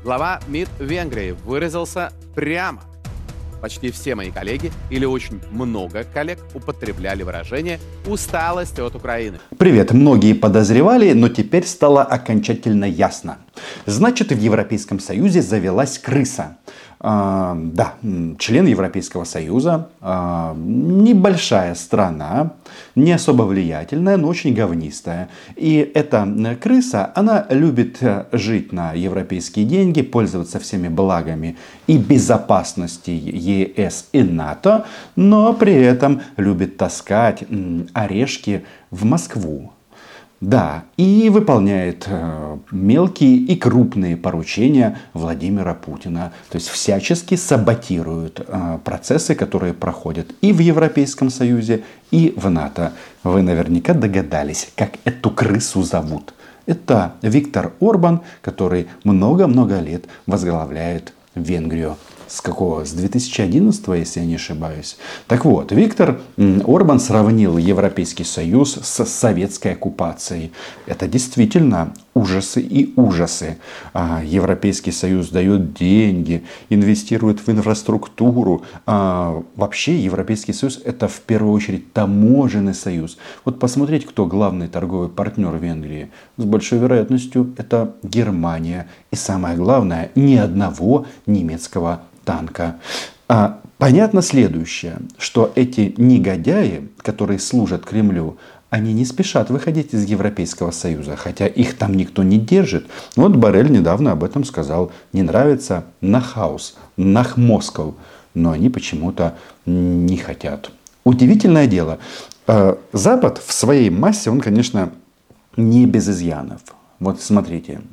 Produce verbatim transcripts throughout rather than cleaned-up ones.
Глава МИД Венгрии выразился прямо. Почти все мои коллеги, или очень много коллег, употребляли выражение «усталость от Украины». Привет. Многие подозревали, но теперь стало окончательно ясно. Значит, в Европейском Союзе завелась крыса. А, да, член Европейского Союза, а, небольшая страна, не особо влиятельная, но очень говнистая. И эта крыса, она любит жить на европейские деньги, пользоваться всеми благами и безопасности ЕС и НАТО, но при этом любит таскать орешки в Москву. Да, и выполняет э, мелкие и крупные поручения Владимира Путина. То есть всячески саботирует э, процессы, которые проходят и в Европейском Союзе, и в НАТО. Вы наверняка догадались, как эту крысу зовут. Это Виктор Орбан, который много-много лет возглавляет Венгрию. С какого? С две тысячи одиннадцатого, если я не ошибаюсь. Так вот, Виктор Орбан сравнил Европейский Союз с советской оккупацией. Это действительно ужасы и ужасы. Европейский Союз дает деньги, инвестирует в инфраструктуру. Вообще Европейский Союз — это в первую очередь таможенный союз. Вот посмотрите, кто главный торговый партнер Венгрии. С большой вероятностью это Германия. И самое главное, ни одного немецкого танка. А, понятно следующее, что эти негодяи, которые служат Кремлю, они не спешат выходить из Европейского Союза, хотя их там никто не держит. Вот Боррель недавно об этом сказал. Не нравится — нахаус, нах Москов. Но они почему-то не хотят. Удивительное дело. Запад в своей массе, он, конечно, не без изъянов. Вот смотрите.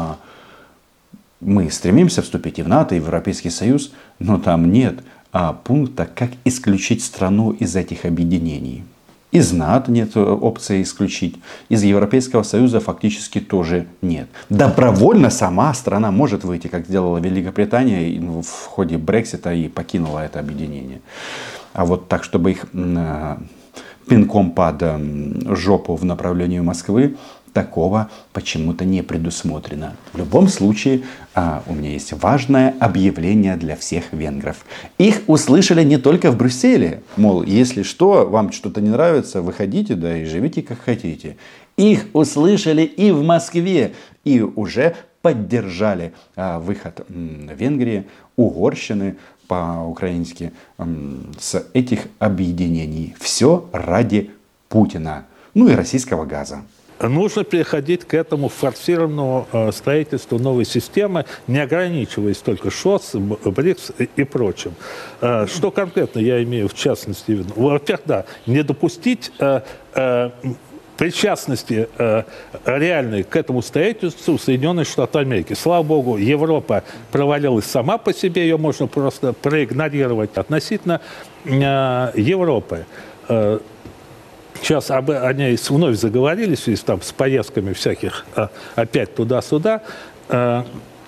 Мы стремимся вступить и в НАТО, и в Европейский Союз, но там нет а, пункта, как исключить страну из этих объединений. Из НАТО нет опции исключить, из Европейского Союза фактически тоже нет. Добровольно сама страна может выйти, как сделала Великобритания в ходе Брексита и покинула это объединение. А вот так, чтобы их э, пинком под э, жопу в направлении Москвы, такого почему-то не предусмотрено. В любом случае, а, у меня есть важное объявление для всех венгров. Их услышали не только в Брюсселе. Мол, если что, вам что-то не нравится, выходите, да, и живите как хотите. Их услышали и в Москве. И уже поддержали а, выход м, Венгрии, Угорщины, по-украински, м, с этих объединений. Все ради Путина. Ну и российского газа. Нужно переходить к этому форсированному э, строительству новой системы, не ограничиваясь только ШОС, БРИКС и, и прочим. Э, что конкретно я имею в частности в виду? Во-первых, да, не допустить э, э, причастности э, реальной к этому строительству Соединенных Штатов Америки. Слава богу, Европа провалилась сама по себе, ее можно просто проигнорировать. Относительно э, Европы. Э, Сейчас об, о ней вновь заговорили в связи с, там, с поездками всяких а, опять туда-сюда. А,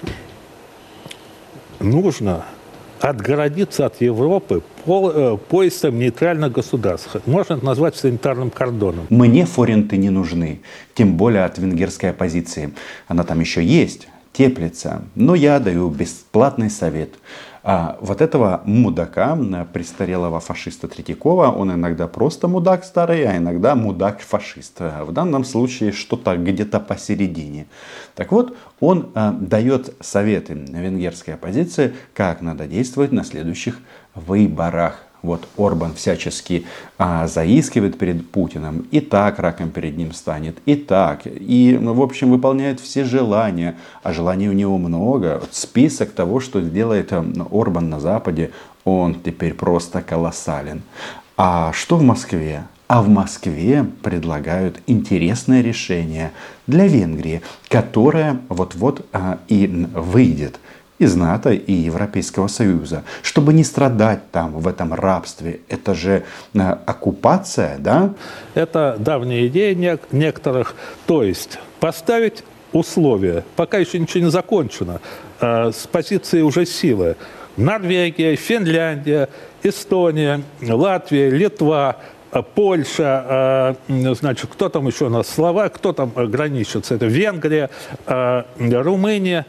нужно отгородиться от Европы по, а, поясом нейтральных государств. Можно это назвать санитарным кордоном. Мне форинты не нужны, тем более от венгерской оппозиции. Она там еще есть, теплится. Но я даю бесплатный совет. А вот этого мудака, престарелого фашиста Третьякова, он иногда просто мудак старый, а иногда мудак-фашист. В данном случае что-то где-то посередине. Так вот, он а, дает советы венгерской оппозиции, как надо действовать на следующих выборах. Вот Орбан всячески а, заискивает перед Путиным, и так раком перед ним станет, и так. И, в общем, выполняет все желания. А желаний у него много. Вот список того, что делает Орбан на Западе, он теперь просто колоссален. А что в Москве? А в Москве предлагают интересное решение для Венгрии, которое вот-вот а, и выйдет из НАТО и Европейского Союза, чтобы не страдать там в этом рабстве. Это же э, оккупация, да? Это давняя идея не- некоторых. То есть поставить условия, пока еще ничего не закончено, э, с позиции уже силы. Норвегия, Финляндия, Эстония, Латвия, Литва, Польша, значит, кто там еще у нас, Словакия, кто там граничит с этой, Венгрия, Румыния.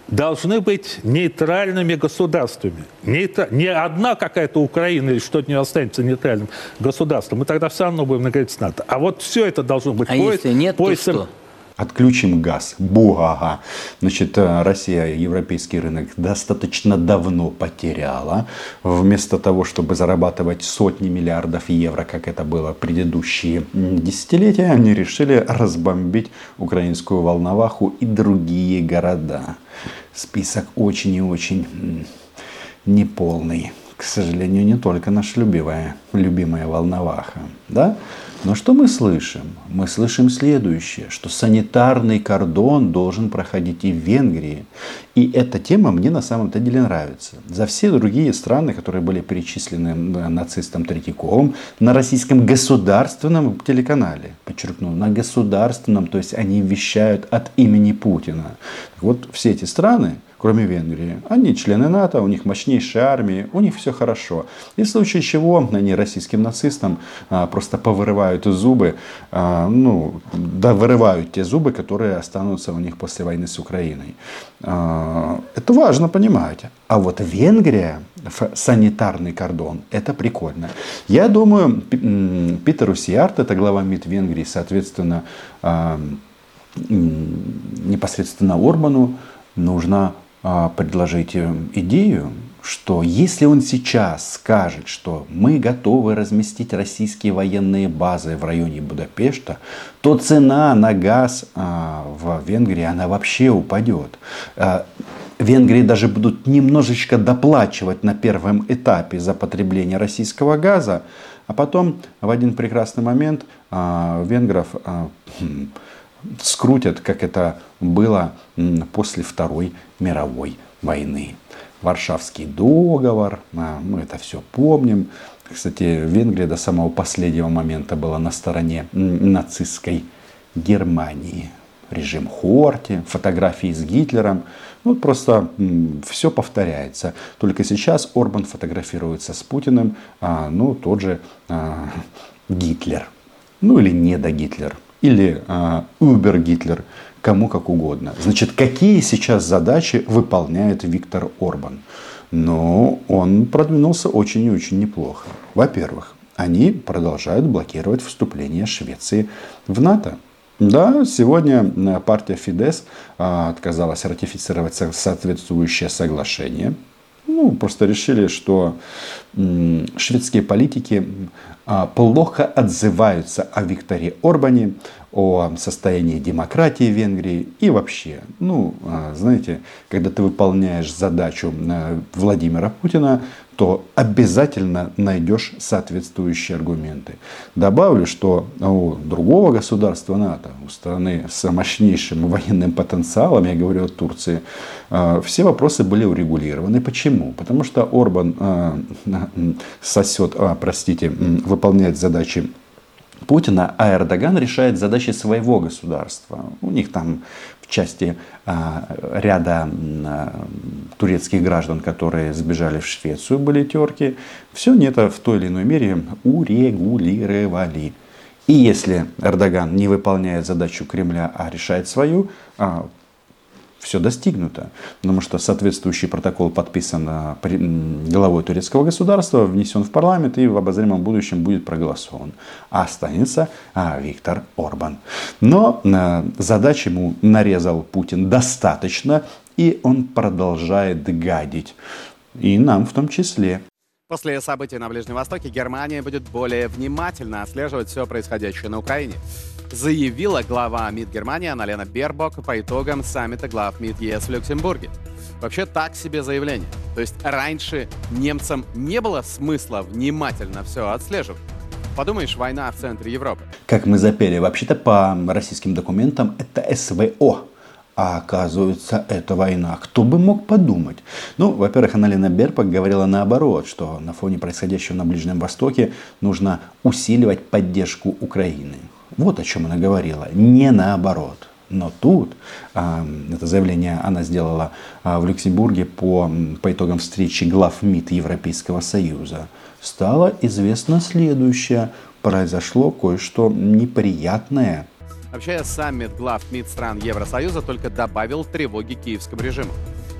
должны быть нейтральными государствами. Нейтра... Не одна какая-то Украина или что-то не останется нейтральным государством. Мы тогда все равно будем на границе НАТО. А вот все это должно быть... А по... если нет, по... то что? Отключим газ. Бугага. Значит, Россия европейский рынок достаточно давно потеряла. Вместо того, чтобы зарабатывать сотни миллиардов евро, как это было в предыдущие десятилетия, они решили разбомбить украинскую Волноваху и другие города. Список очень и очень неполный. К сожалению, не только наша любимая, любимая Волноваха. Да? Но что мы слышим? Мы слышим следующее, что санитарный кордон должен проходить и в Венгрии. И эта тема мне на самом-то деле нравится. За все другие страны, которые были перечислены нацистом Третьяковым, на российском государственном телеканале, подчеркну, на государственном, то есть они вещают от имени Путина. Так вот, все эти страны, кроме Венгрии, они члены НАТО, у них мощнейшая армия, у них все хорошо. И в случае чего они российским нацистам а, просто повырывают зубы, а, ну, да, вырывают те зубы, которые останутся у них после войны с Украиной. А, это важно понимать. А вот Венгрия, санитарный кордон, это прикольно. Я думаю, Питер Сиярто, это глава МИД Венгрии, соответственно, а, непосредственно Орбану нужно предложить идею, что если он сейчас скажет, что мы готовы разместить российские военные базы в районе Будапешта, то цена на газ в Венгрии, она вообще упадет. Венгрии даже будут немножечко доплачивать на первом этапе за потребление российского газа, а потом в один прекрасный момент венгров скрутят, как это было после Второй мировой войны. Варшавский договор, мы это все помним. Кстати, Венгрия до самого последнего момента была на стороне нацистской Германии. Режим Хорти, фотографии с Гитлером. Ну, просто все повторяется. Только сейчас Орбан фотографируется с Путиным, а, ну, тот же а, Гитлер. Ну, или недо-Гитлер. Или а, Убер-Гитлер. Кому как угодно. Значит, какие сейчас задачи выполняет Виктор Орбан? Ну, он продвинулся очень и очень неплохо. Во-первых, они продолжают блокировать вступление Швеции в НАТО. Да, сегодня партия Фидesz отказалась ратифицировать соответствующее соглашение. Ну, просто решили, что шведские политики плохо отзываются о Викторе Орбане, о состоянии демократии в Венгрии и вообще. Ну, знаете, когда ты выполняешь задачу Владимира Путина, то обязательно найдешь соответствующие аргументы. Добавлю, что у другого государства НАТО, у страны с мощнейшим военным потенциалом, я говорю о Турции, все вопросы были урегулированы. Почему? Потому что Орбан сосет, простите, выполняет задачи Путина, а Эрдоган решает задачи своего государства. У них там в части а, ряда а, турецких граждан, которые сбежали в Швецию, были терки. Все они это в той или иной мере урегулировали. И если Эрдоган не выполняет задачу Кремля, а решает свою, а, все достигнуто. Потому что соответствующий протокол подписан главой турецкого государства, внесен в парламент и в обозримом будущем будет проголосован. А останется а, Виктор Орбан. Но а, задач ему нарезал Путин достаточно, и он продолжает гадить. И нам в том числе. После событий на Ближнем Востоке Германия будет более внимательно отслеживать все происходящее на Украине, заявила глава МИД Германии Анналена Бербок по итогам саммита глав МИД ЕС в Люксембурге. Вообще так себе заявление. То есть раньше немцам не было смысла внимательно все отслеживать. Подумаешь, война в центре Европы. Как мы запели, вообще-то по российским документам это СВО. А оказывается, это война. Кто бы мог подумать? Ну, во-первых, Анналена Бербок говорила наоборот, что на фоне происходящего на Ближнем Востоке нужно усиливать поддержку Украины. Вот о чем она говорила, не наоборот. Но тут, э, это заявление она сделала э, в Люксембурге по, по итогам встречи глав МИД Европейского Союза, стало известно следующее. Произошло кое-что неприятное. Вообще, саммит глав МИД стран Евросоюза только добавил тревоги киевскому режиму.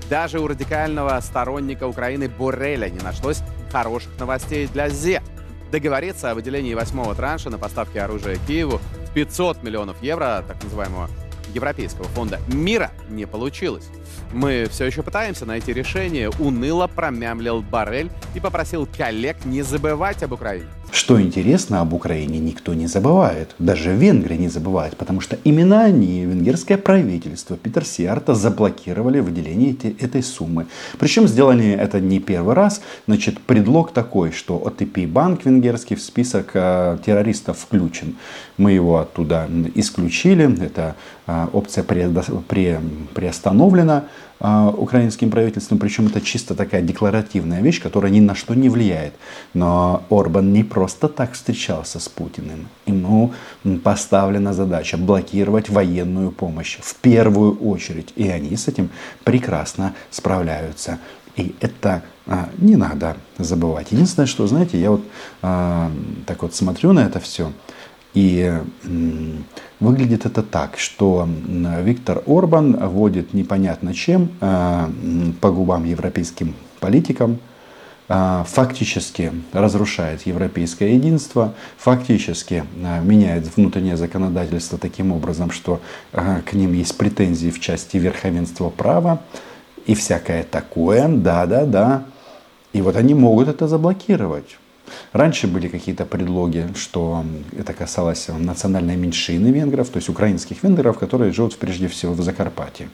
Даже у радикального сторонника Украины Борреля не нашлось хороших новостей для зе. Договориться о выделении восьмого транша на поставки оружия Киеву пятьсот миллионов евро, так называемого Европейского фонда мира, не получилось. Мы все еще пытаемся найти решение, уныло промямлил Боррель и попросил коллег не забывать об Украине. Что интересно, об Украине никто не забывает. Даже венгры не забывают, потому что именно они, венгерское правительство, Питер Сиарто, заблокировали выделение эти, этой суммы. Причем сделали это не первый раз. Значит, предлог такой, что о тэ пэ-банк венгерский в список э, террористов включен. Мы его оттуда исключили. Эта э, опция предо, пре, приостановлена э, украинским правительством. Причем это чисто такая декларативная вещь, которая ни на что не влияет. Но Орбан не просто просто так встречался с Путиным. Ему поставлена задача блокировать военную помощь в первую очередь. И они с этим прекрасно справляются. И это а, не надо забывать. Единственное, что, знаете, я вот а, так вот смотрю на это все. И м, выглядит это так, что Виктор Орбан водит непонятно чем а, по губам европейским политикам. Фактически разрушает европейское единство, фактически меняет внутреннее законодательство таким образом, что к ним есть претензии в части верховенства права и всякое такое, да-да-да. И вот они могут это заблокировать. Раньше были какие-то предлоги, что это касалось национальной меньшины венгров, то есть украинских венгров, которые живут прежде всего в Закарпатье.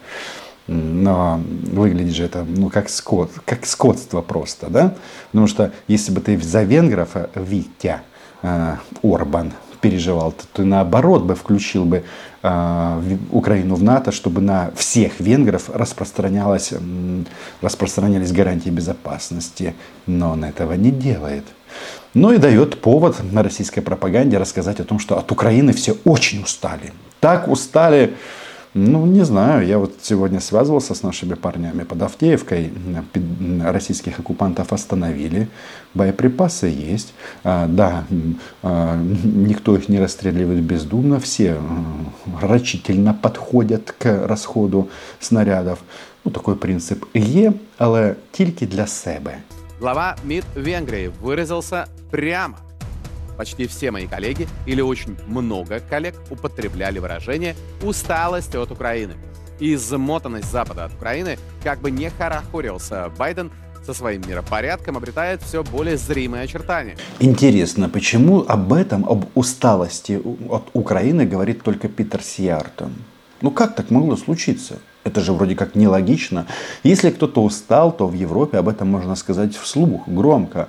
Но выглядит же это ну, как, скот, как скотство просто, да? Потому что если бы ты за венгров, Витя, э, Орбан, переживал, то ты наоборот бы включил бы э, Украину в НАТО, чтобы на всех венгров распространялось, э, распространялись гарантии безопасности. Но он этого не делает. Ну и дает повод на российской пропаганде рассказать о том, что от Украины все очень устали. Так устали. Ну, не знаю, я вот сегодня связывался с нашими парнями под Авдеевкой, российских оккупантов остановили, боеприпасы есть, а, да, а, никто их не расстреливает бездумно, все рачительно подходят к расходу снарядов. Ну, такой принцип є, але тільки для себе. Глава МИД Венгрии выразился прямо. Почти все мои коллеги, или очень много коллег, употребляли выражение «усталость от Украины». И измотанность Запада от Украины, как бы не хорохорился Байден, со своим миропорядком обретает все более зримые очертания. Интересно, почему об этом, об усталости от Украины говорит только Питер Сиарто? Ну как так могло случиться? Это же вроде как нелогично. Если кто-то устал, то в Европе об этом можно сказать вслух, громко.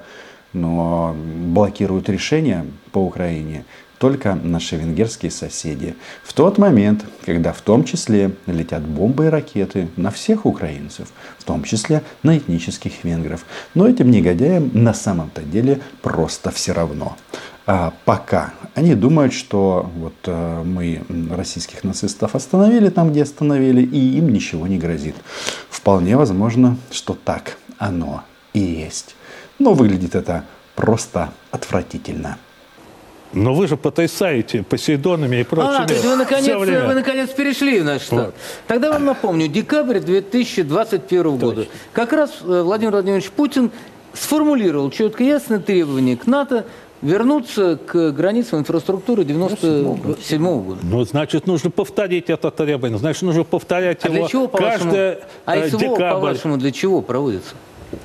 Но блокируют решения по Украине только наши венгерские соседи. В тот момент, когда в том числе летят бомбы и ракеты на всех украинцев, в том числе на этнических венгров. Но этим негодяям на самом-то деле просто все равно. А пока они думают, что вот э, мы российских нацистов остановили там, где остановили, и им ничего не грозит. Вполне возможно, что так оно и есть. Но выглядит это просто отвратительно. Но вы же потрясаете Посейдонами и прочими. А, то есть вы наконец, вы наконец перешли в наш штат. Вот. Тогда вам напомню, декабрь две тысячи двадцать первого года. Как раз Владимир Владимирович Путин сформулировал четко и ясно требования к НАТО вернуться к границам инфраструктуры девяносто седьмого года. Ну, значит, нужно повторить это требование. Значит, нужно повторять а его для чего, каждое а СВО, декабрь. по-вашему, для чего проводится?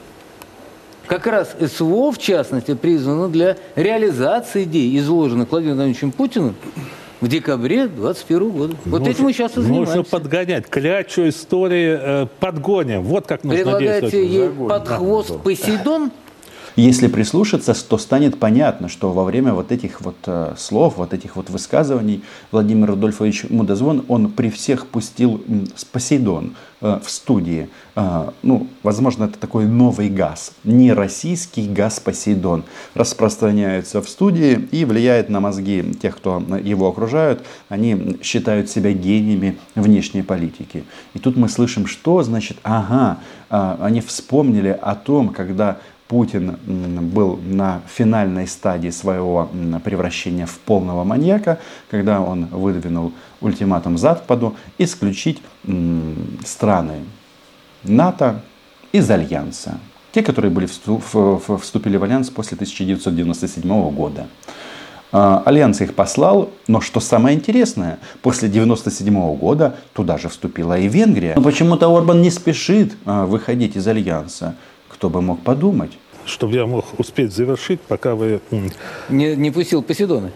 Как раз СВО, в частности, призвано для реализации идей, изложенных Владимиром Владимировичем Путиным в декабре двадцать первого года. Вот нужно, этим мы сейчас и занимаемся. Нужно подгонять. Клячу истории э, подгоним. Вот как нужно Предлагаете действовать. ей под хвост да. Посейдон? Если прислушаться, то станет понятно, что во время вот этих вот э, слов, вот этих вот высказываний Владимир Рудольфович Мудозвон, он при всех пустил Посейдон э, в студии. Э, ну, возможно, это такой новый газ, не российский газ Посейдон, распространяется в студии и влияет на мозги тех, кто его окружают. Они считают себя гениями внешней политики. И тут мы слышим, что значит, ага, э, они вспомнили о том, когда Путин был на финальной стадии своего превращения в полного маньяка, когда он выдвинул ультиматум Западу исключить страны НАТО из Альянса. Те, которые были вступили в Альянс после тысяча девятьсот девяносто седьмого года. Альянс их послал, но что самое интересное, после девяносто седьмого года туда же вступила и Венгрия. Но почему-то Орбан не спешит выходить из Альянса. Кто бы мог подумать? Чтобы я мог успеть завершить, пока вы... Не, не пустил Посейдона.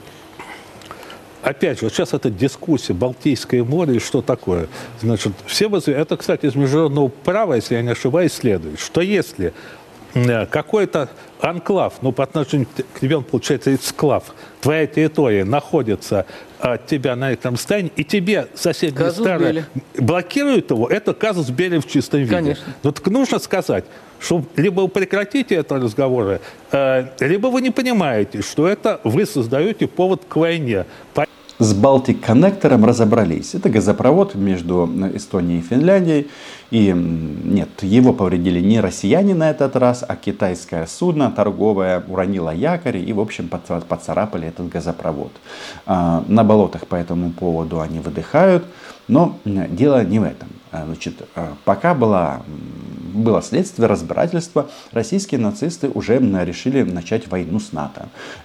Опять же, вот сейчас эта дискуссия, Балтийское море и что такое. Значит, все вы... Это, кстати, из международного права, если я не ошибаюсь, следует, что если какой-то анклав, ну, по отношению к тебе он, получается, эксклав, твоя территория находится от тебя на этом расстоянии, и тебе соседние казус страны белли. блокируют его, это казус белли в чистом виде. Конечно. Но так нужно сказать, что либо вы прекратите это разговоры, э, либо вы не понимаете, что это вы создаете повод к войне. С Балтик Коннектором разобрались. Это газопровод между Эстонией и Финляндией. И нет, его повредили не россияне на этот раз, а китайское судно торговое уронило якорь и, в общем, поцарапали этот газопровод. На болотах по этому поводу они выдыхают. Но дело не в этом. Значит, пока было, было следствие, разбирательство, российские нацисты уже решили начать войну с НАТО.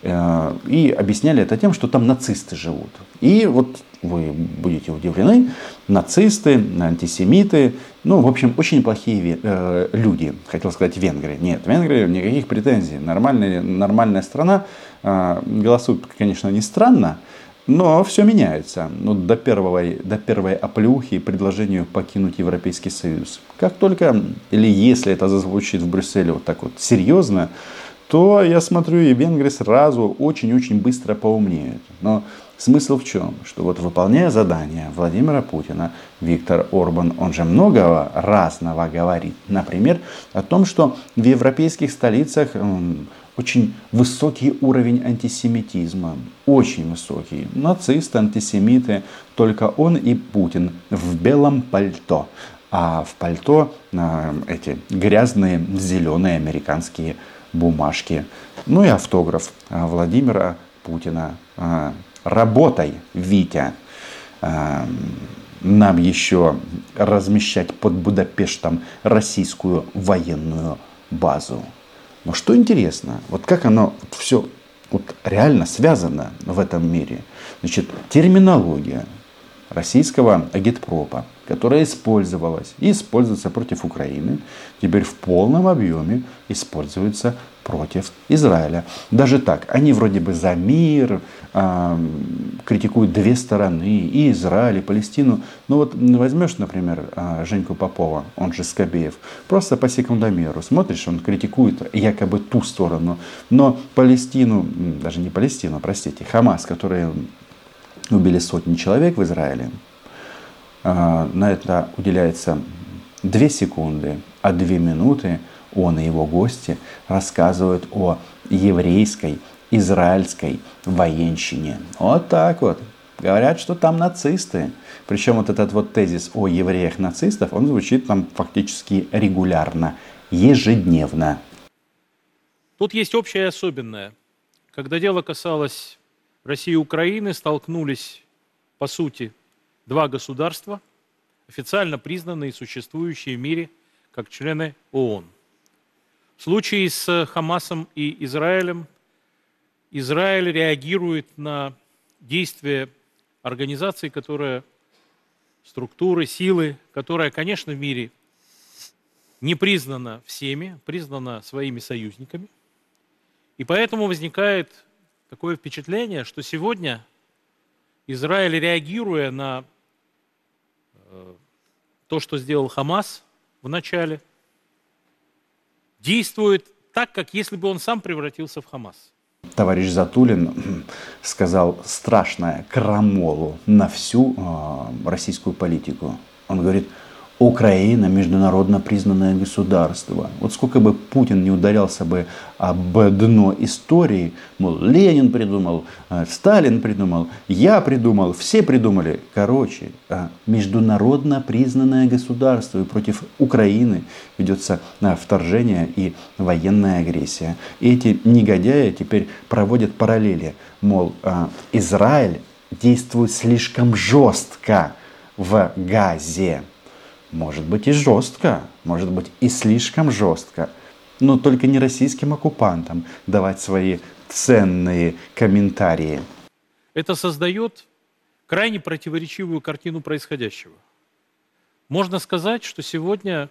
И объясняли это тем, что там нацисты живут. И вот вы будете удивлены, нацисты, антисемиты, ну, в общем, очень плохие э, люди. Хотел сказать Венгрия. Нет, Венгрия никаких претензий. Нормальная, нормальная страна. Э, голосуют, конечно, не странно, но все меняется. Ну, до, первой, до первой оплеухи и предложению покинуть Европейский Союз. Как только, или если это зазвучит в Брюсселе вот так вот серьезно, то я смотрю, и венгры сразу очень-очень быстро поумнеют. Но смысл в чем? Что вот выполняя задания Владимира Путина, Виктор Орбан, он же многого разного говорит. Например, о том, что в европейских столицах очень высокий уровень антисемитизма. Очень высокий. Нацисты, антисемиты, только он и Путин в белом пальто. А в пальто эти грязные зеленые американские бумажки. Ну и автограф Владимира Путина. Работай, Витя. Нам еще размещать под Будапештом российскую военную базу. Но что интересно, вот как оно все вот реально связано в этом мире. Значит, терминология российского агитпропа, которая использовалась и используется против Украины, теперь в полном объеме используется против Израиля. Даже так, они вроде бы за мир, э, критикуют две стороны, и Израиль, и Палестину. Но вот возьмешь, например, э, Женьку Попова, он же Скобеев, просто по секундомеру смотришь, он критикует якобы ту сторону, но Палестину, даже не Палестину, простите, Хамас, который убили сотни человек в Израиле, э, на это уделяется две секунды, а две минуты он и его гости рассказывают о еврейской, израильской военщине. Вот так вот. Говорят, что там нацисты. Причем вот этот вот тезис о евреях-нацистов, он звучит там фактически регулярно, ежедневно. Тут есть общее и особенное. Когда дело касалось России и Украины, столкнулись, по сути, два государства, официально признанные и существующие в мире как члены ООН. В случае с Хамасом и Израилем Израиль реагирует на действия организации, которая, структуры, силы, которая, конечно, в мире не признана всеми, признана своими союзниками. И поэтому возникает такое впечатление, что сегодня Израиль, реагируя на э, то, что сделал Хамас в начале, действует так, как если бы он сам превратился в Хамас. Товарищ Затулин сказал страшное крамолу на всю э, российскую политику. Он говорит: Украина международно признанное государство. Вот сколько бы Путин не ударялся бы об дно истории, мол, Ленин придумал, Сталин придумал, я придумал, все придумали. Короче, международно признанное государство, и против Украины ведется вторжение и военная агрессия. И эти негодяи теперь проводят параллели. Мол, Израиль действует слишком жестко в Газе. Может быть и жестко, может быть и слишком жестко, но только не российским оккупантам давать свои ценные комментарии. Это создает крайне противоречивую картину происходящего. Можно сказать, что сегодня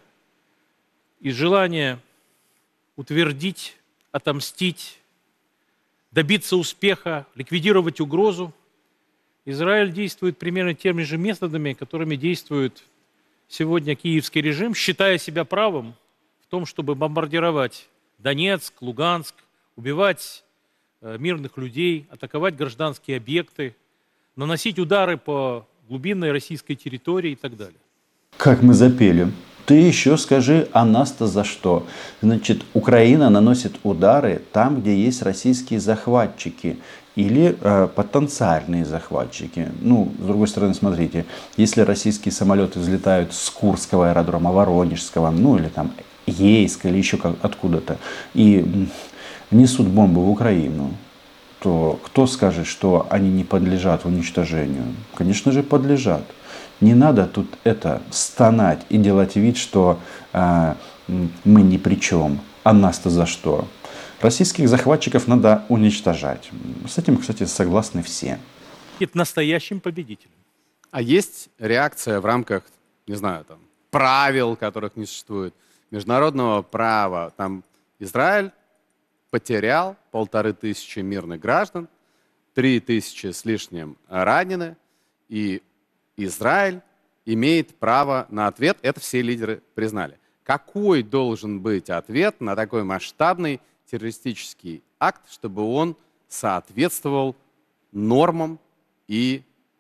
из желания утвердить, отомстить, добиться успеха, ликвидировать угрозу, Израиль действует примерно теми же методами, которыми действует сегодня киевский режим, считая себя правым в том, чтобы бомбардировать Донецк, Луганск, убивать э, мирных людей, атаковать гражданские объекты, наносить удары по глубинной российской территории и так далее. Как мы запели. Ты еще скажи, а нас-то за что? Значит, Украина наносит удары там, где есть российские захватчики или э, потенциальные захватчики. Ну, с другой стороны, смотрите, если российские самолеты взлетают с Курского аэродрома, Воронежского, ну или там Ейска, или еще как, откуда-то, и несут бомбы в Украину, то кто скажет, что они не подлежат уничтожению? Конечно же, подлежат. Не надо тут это стонать и делать вид, что э, мы ни при чем, а нас-то за что. Российских захватчиков надо уничтожать. С этим, кстати, согласны все. Это настоящим победителем. А есть реакция в рамках, не знаю, там, правил, которых не существует, международного права? Там Израиль потерял полторы тысячи мирных граждан, три тысячи с лишним ранены, и Израиль имеет право на ответ, это все лидеры признали. Какой должен быть ответ на такой масштабный террористический акт, чтобы он соответствовал нормам и,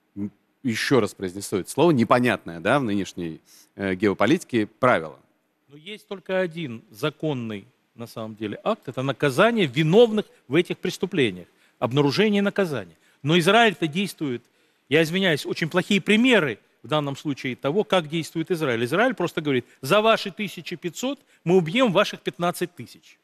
еще раз произнесу это слово, непонятное, да, в нынешней э, геополитике правило? Но есть только один законный, на самом деле, акт, это наказание виновных в этих преступлениях, обнаружение наказания. Но Израиль-то действует, я извиняюсь, очень плохие примеры в данном случае того, как действует Израиль. Израиль просто говорит, за ваши тысяча пятьсот мы убьем ваших пятнадцать тысяч.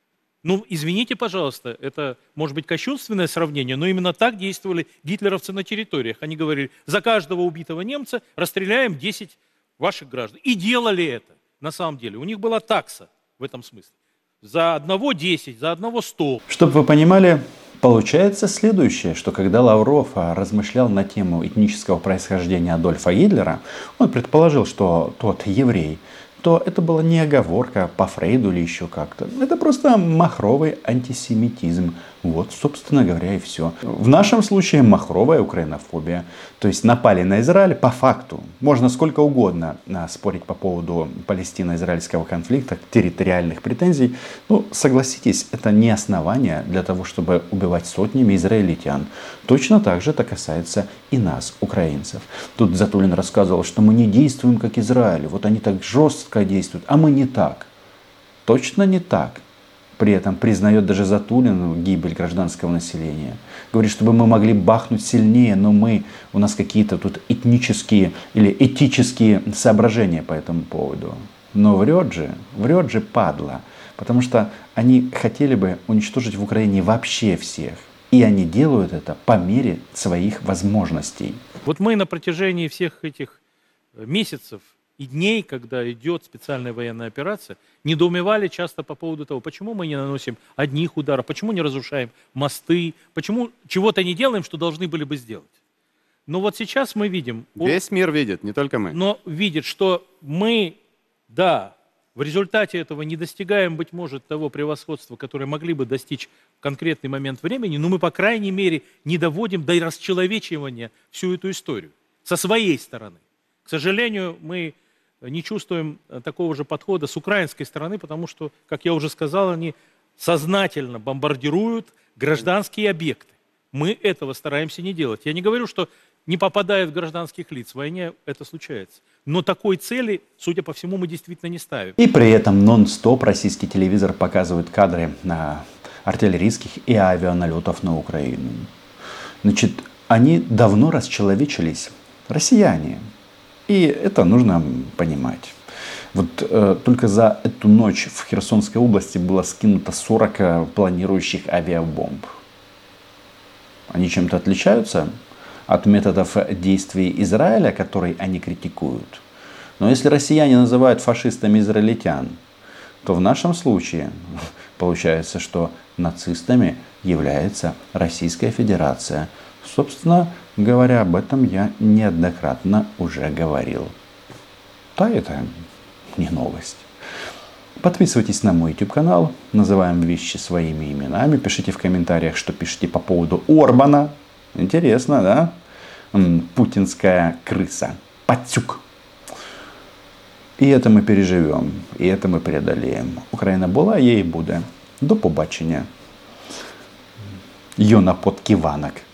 Ну, извините, пожалуйста, это может быть кощунственное сравнение, но именно так действовали гитлеровцы на территориях. Они говорили, за каждого убитого немца расстреляем десять ваших граждан. И делали это, на самом деле. У них была такса в этом смысле. За одного десять, за одного сто. Чтобы вы понимали, получается следующее, что когда Лавров размышлял на тему этнического происхождения Адольфа Гитлера, он предположил, что тот еврей, то это была не оговорка по Фрейду или еще как-то. Это просто махровый антисемитизм. Вот, собственно говоря, и все. В нашем случае махровая украинофобия. То есть напали на Израиль по факту. Можно сколько угодно спорить по поводу палестино-израильского конфликта, территориальных претензий. Ну, согласитесь, это не основание для того, чтобы убивать сотнями израильтян. Точно так же это касается и нас, украинцев. Тут Затулин рассказывал, что мы не действуем как Израиль. Вот они так жестко действуют, а мы не так. Точно не так. При этом признает даже Затулин гибель гражданского населения. Говорит, чтобы мы могли бахнуть сильнее, но мы, у нас какие-то тут этнические или этические соображения по этому поводу. Но врет же, врет же падла. Потому что они хотели бы уничтожить в Украине вообще всех. И они делают это по мере своих возможностей. Вот мы на протяжении всех этих месяцев и дней, когда идет специальная военная операция, недоумевали часто по поводу того, почему мы не наносим одних ударов, почему не разрушаем мосты, почему чего-то не делаем, что должны были бы сделать. Но вот сейчас мы видим... Весь мир видит, не только мы. Но видит, что мы, да, в результате этого не достигаем, быть может, того превосходства, которое могли бы достичь в конкретный момент времени, но мы, по крайней мере, не доводим до расчеловечивания всю эту историю со своей стороны. К сожалению, мы не чувствуем такого же подхода с украинской стороны, потому что, как я уже сказал, они сознательно бомбардируют гражданские объекты. Мы этого стараемся не делать. Я не говорю, что не попадает в гражданских лиц. В войне это случается. Но такой цели, судя по всему, мы действительно не ставим. И при этом нон-стоп российский телевизор показывает кадры на артиллерийских и авианалетов на Украину. Значит, они давно расчеловечились. Россияне. И это нужно понимать. Вот э, только за эту ночь в Херсонской области было скинуто сорок планирующих авиабомб. Они чем-то отличаются от методов действий Израиля, которые они критикуют. Но если россияне называют фашистами израильтян, то в нашем случае получается, что нацистами является Российская Федерация. Собственно говоря, об этом я неоднократно уже говорил. Да, это не новость. Подписывайтесь на мой YouTube канал, называем вещи своими именами, пишите в комментариях, что пишите по поводу Орбана. Интересно, да? Путинская крыса. Пацюк. І це ми переживемо, і це ми преодолеємо. Україна була, є і буде. До побачення. Йона Подківанок.